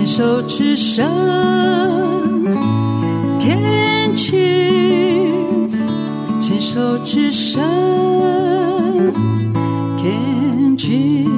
牵手之声 Can Cheers， 牵手之声 Can Cheers。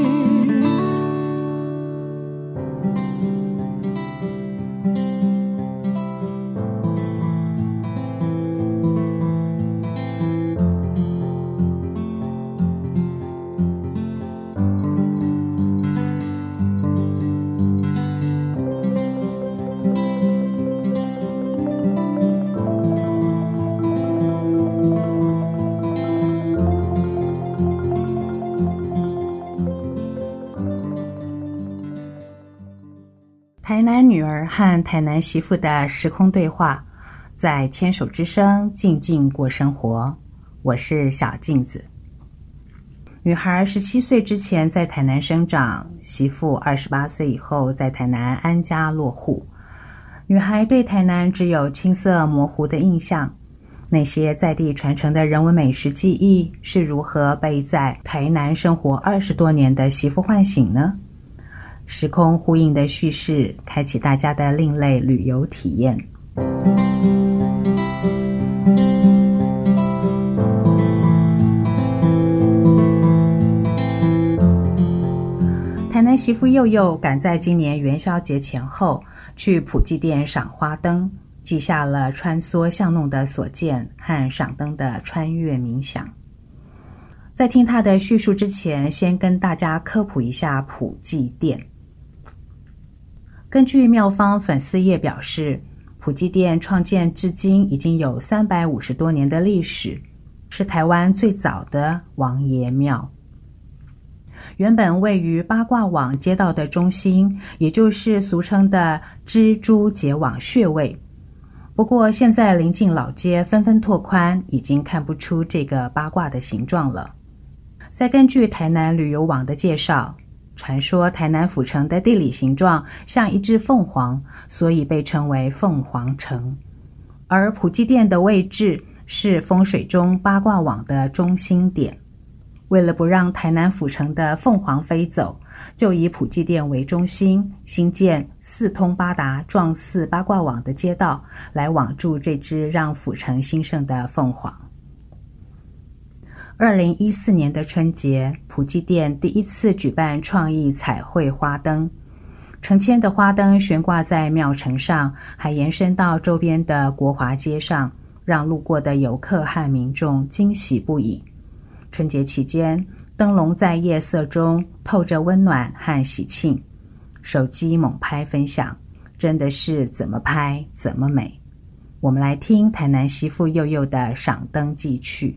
台南女儿和台南媳妇的时空对话，在牵手之声静静过生活。我是小镜子。女孩17岁之前在台南生长，媳妇28岁以后在台南安家落户。女孩对台南只有青涩模糊的印象，那些在地传承的人文美食记忆是如何被在台南生活20多年的媳妇唤醒呢？时空呼应的叙事，开启大家的另类旅游体验。台南媳妇佑佑赶在今年元宵节前后去普济殿赏花灯，记下了穿梭巷弄的所见和赏灯的穿越冥想。在听他的叙述之前，先跟大家科普一下普济殿。根据庙方粉丝页表示，普济殿创建至今已经有350多年的历史，是台湾最早的王爷庙。原本位于八卦网街道的中心，也就是俗称的蜘蛛结网穴位。不过现在临近老街纷纷拓宽，已经看不出这个八卦的形状了。再根据台南旅游网的介绍，传说台南府城的地理形状像一只凤凰，所以被称为凤凰城。而普济殿的位置是风水中八卦网的中心点。为了不让台南府城的凤凰飞走，就以普济殿为中心，兴建四通八达、状似八卦网的街道，来网住这只让府城兴盛的凤凰。2014年的春节，普济殿第一次举办创意彩绘花灯，成千的花灯悬挂在庙城上，还延伸到周边的国华街上，让路过的游客和民众惊喜不已。春节期间，灯笼在夜色中透着温暖和喜庆，手机猛拍分享，真的是怎么拍怎么美。我们来听台南媳妇佑佑的赏灯记趣。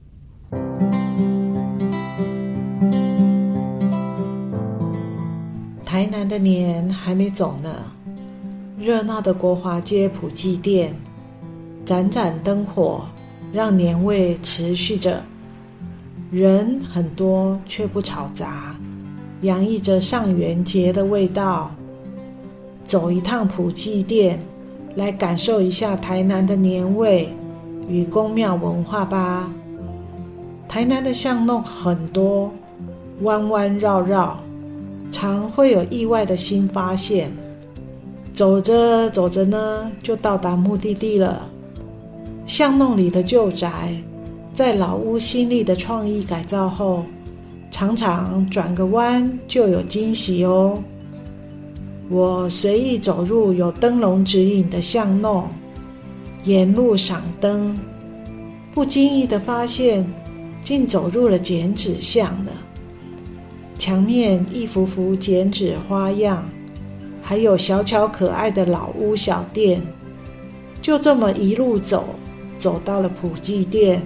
台南的年还没走呢，热闹的国华街普济殿，盏盏灯火让年味持续着，人很多却不吵杂，洋溢着上元节的味道。走一趟普济殿，来感受一下台南的年味与宫庙文化吧。台南的巷弄很多，弯弯绕绕，常会有意外的新发现。走着走着呢，就到达目的地了。巷弄里的旧宅，在老屋新力的创意改造后，常常转个弯就有惊喜哦。我随意走入有灯笼指引的巷弄，沿路赏灯，不经意的发现，竟走入了剪纸巷了。墙面一幅幅剪纸花样，还有小巧可爱的老屋小店。就这么一路走到了普济殿。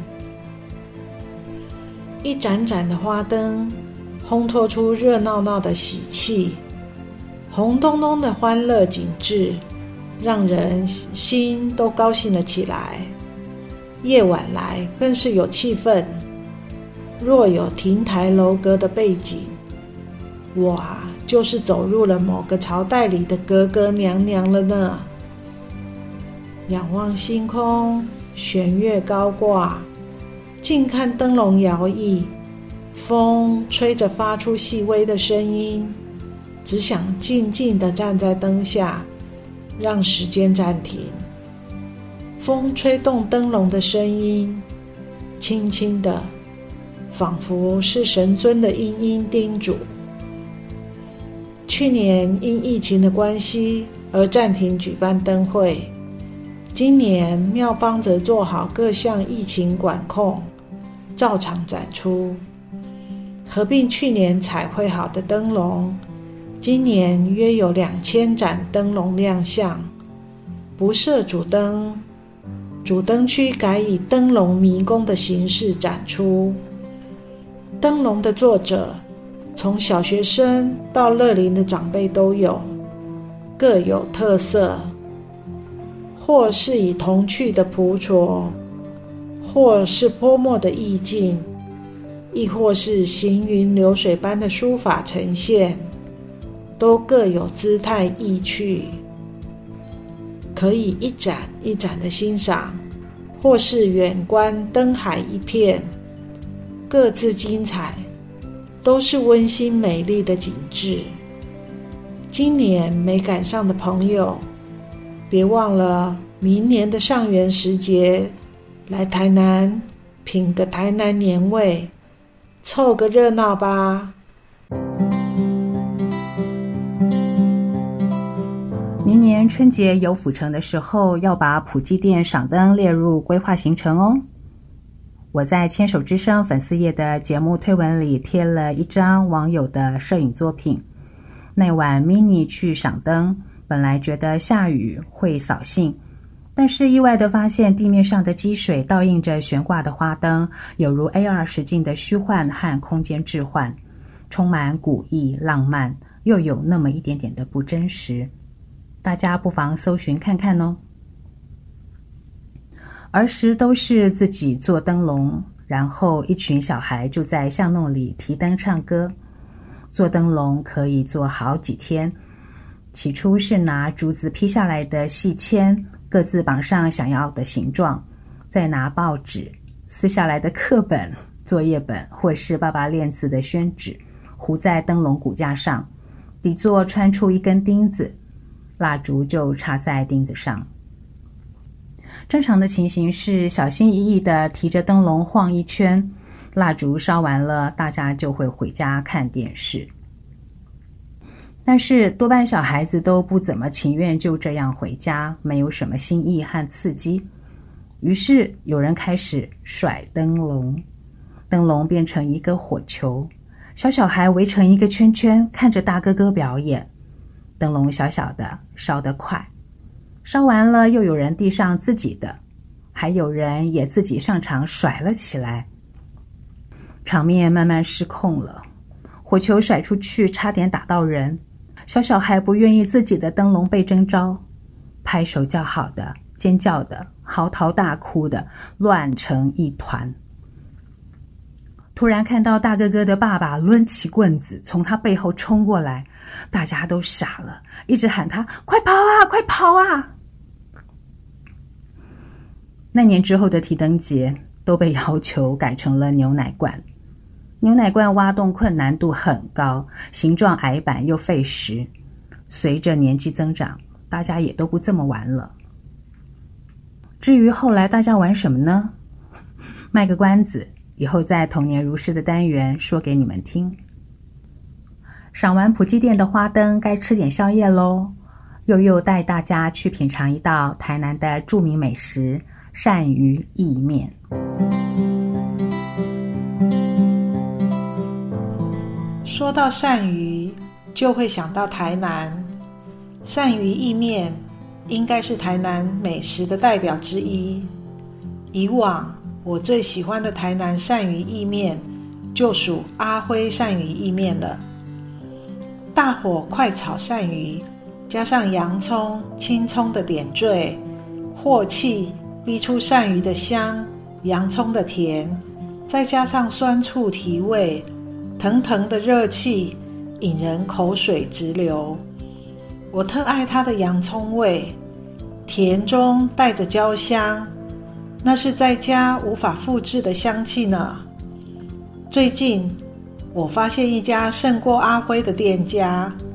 一盏盏的花灯烘托出热闹闹的喜气，红彤彤的欢乐景致让人心都高兴了起来。夜晚来更是有气氛，若有亭台楼阁的背景，我就是走入了某个朝代里的格格娘娘了呢。仰望星空，弦月高挂，近看灯笼摇曳，风吹着发出细微的声音， 只想静静地站在灯下，让时间暂停。风吹动灯笼的声音，轻轻的，仿佛是神尊的殷殷叮嘱。去年因疫情的关系而暂停举办灯会，今年庙方则做好各项疫情管控，照常展出。合并去年彩绘好的灯笼，今年约有2000盏灯笼亮相，不设主灯，主灯区改以灯笼迷宫的形式展出。灯笼的作者从小学生到乐龄的长辈都有，各有特色，或是以童趣的朴拙，或是泼墨的意境，亦或是行云流水般的书法呈现，都各有姿态意趣，可以一盏一盏的欣赏，或是远观灯海一片，各自精彩，都是温馨美丽的景致。今年没赶上的朋友，别忘了明年的上元时节来台南品个台南年味，凑个热闹吧。 明年春节有府城的时候，要把普济殿赏灯列入规划行程哦。我在牵手之声粉丝页的节目推文里贴了一张网友的摄影作品。那晚 mini 去赏灯，本来觉得下雨会扫兴，但是意外地发现地面上的积水倒映着悬挂的花灯，有如 AR 实境的虚幻和空间置换，充满古意浪漫，又有那么一点点的不真实。大家不妨搜寻看看哦。儿时都是自己做灯笼，然后一群小孩就在巷弄里提灯唱歌。做灯笼可以做好几天，起初是拿竹子劈下来的细签，各自绑上想要的形状，再拿报纸、撕下来的课本、作业本或是爸爸练字的宣纸，糊在灯笼骨架上，底座穿出一根钉子，蜡烛就插在钉子上。正常的情形是小心翼翼地提着灯笼晃一圈，蜡烛烧完了，大家就会回家看电视。但是多半小孩子都不怎么情愿就这样回家，没有什么新意和刺激。于是有人开始甩灯笼，灯笼变成一个火球，小孩围成一个圈圈，看着大哥哥表演。灯笼小小的，烧得快，烧完了又有人递上自己的，还有人也自己上场甩了起来。场面慢慢失控了，火球甩出去差点打到人，小孩不愿意自己的灯笼被征召，拍手叫好的，尖叫的，嚎啕大哭的，乱成一团。突然看到大哥哥的爸爸抡起棍子从他背后冲过来，大家都傻了，一直喊他快跑啊快跑啊。那年之后的提灯节都被要求改成了牛奶罐。牛奶罐挖洞困难度很高，形状矮板又费时，随着年纪增长，大家也都不这么玩了。至于后来大家玩什么呢？卖个关子，以后在童年如诗的单元说给你们听。赏完普济殿的花灯，该吃点宵夜咯。佑带大家去品尝一道台南的著名美食鳝鱼意面。 说到鳝鱼，就会想到台南。鳝鱼意面应该是台南美食的代表之一。以往我最喜欢的台南鳝鱼意面就属阿辉鳝鱼意面了。大火快炒鳝鱼，加上洋葱、青葱的点缀，镬气逼出鳝鱼的香，洋葱的甜，再加上酸醋提味，腾腾的热气引人口水直流。我特爱它的洋葱味，甜中带着焦香，那是在家无法复制的香气呢。最近我发现一家胜过阿辉的店家，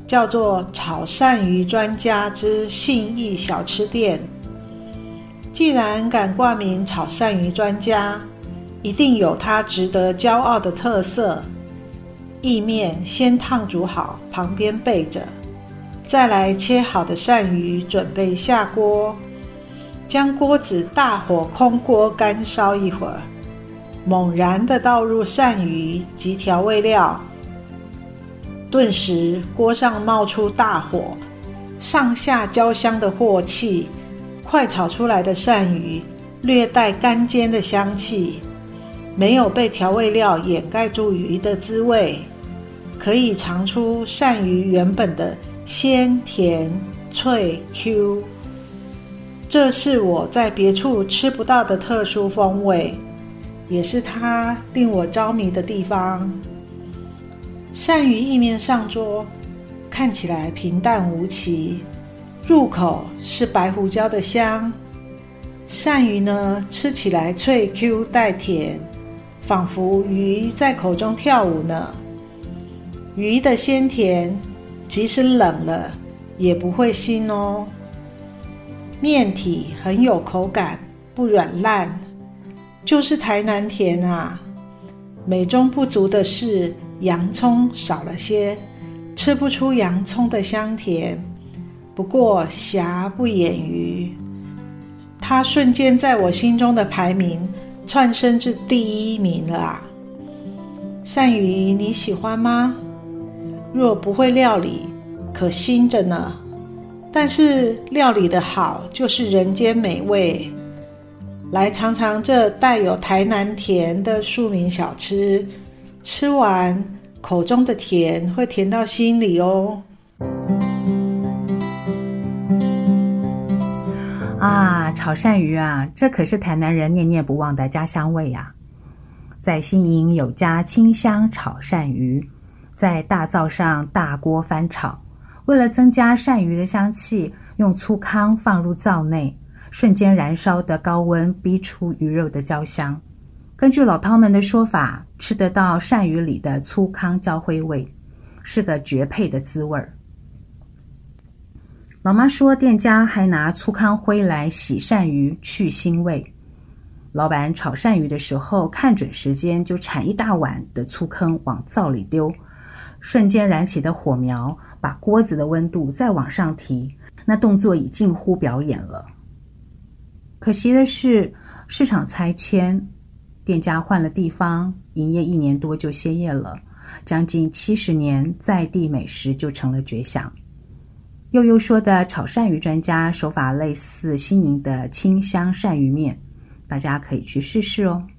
叫做炒鳝鱼专家之信义小吃店。既然敢挂名炒鳝鱼专家，一定有它值得骄傲的特色。意面先烫煮好，旁边备着，再来切好的鳝鱼准备下锅，将锅子大火空锅干烧一会儿，猛然地倒入鳝鱼及调味料，顿时锅上冒出大火，上下焦香的镬气，快炒出来的鳝鱼略带干煎的香气，没有被调味料掩盖住鱼的滋味，可以尝出鳝鱼原本的鲜甜脆 Q， 这是我在别处吃不到的特殊风味，也是它令我着迷的地方。鳝鱼意面上桌，看起来平淡无奇，入口是白胡椒的香，鳝鱼呢，吃起来脆 Q 带甜，仿佛鱼在口中跳舞呢。鱼的鲜甜，即使冷了也不会腥哦。面体很有口感，不软烂，就是台南甜啊。美中不足的是洋葱少了些，吃不出洋葱的香甜。不过瑕不掩瑜，它瞬间在我心中的排名窜升至第1名了啊！鳝鱼你喜欢吗？若不会料理，可腥着呢。但是料理的好，就是人间美味。来尝尝这带有台南甜的庶民小吃，吃完口中的甜会甜到心里哦。 啊，炒鳝鱼啊，这可是台南人念念不忘的家乡味啊！在新营有家清香炒鳝鱼，在大灶上大锅翻炒，为了增加鳝鱼的香气，用粗糠放入灶内，瞬间燃烧的高温逼出鱼肉的焦香。根据老饕们的说法，吃得到鳝鱼里的粗糠焦灰味，是个绝配的滋味儿。老妈说，店家还拿粗糠灰来洗鳝鱼去腥味。老板炒鳝鱼的时候，看准时间就铲一大碗的粗糠往灶里丢，瞬间燃起的火苗把锅子的温度再往上提，那动作已近乎表演了。可惜的是，市场拆迁，店家换了地方，营业1年多就歇业了，将近70年，在地美食就成了绝响。悠悠说的炒鳝鱼专家手法类似新营的清香鳝鱼面，大家可以去试试哦。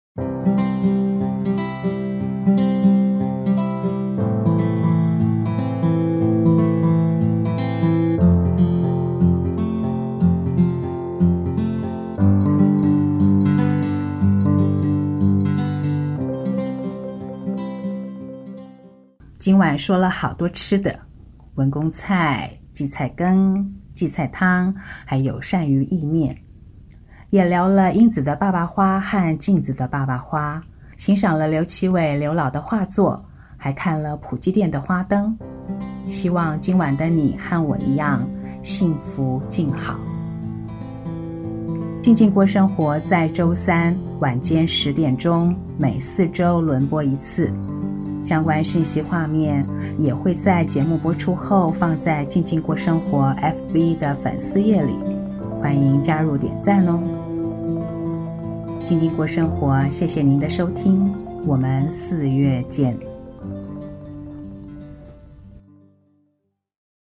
今晚说了好多吃的，文公菜、荠菜羹、荠菜汤，还有鳝鱼意面，也聊了英子的爸爸花和镜子的爸爸花，欣赏了刘奇伟刘老的画作，还看了普济殿的花灯。希望今晚的你和我一样幸福静好。静静过生活在周3晚间10点钟，每4周轮播一次。相关讯息画面也会在节目播出后放在静静过生活 FB 的粉丝页里，欢迎加入点赞哦。静静过生活，谢谢您的收听，我们4月见。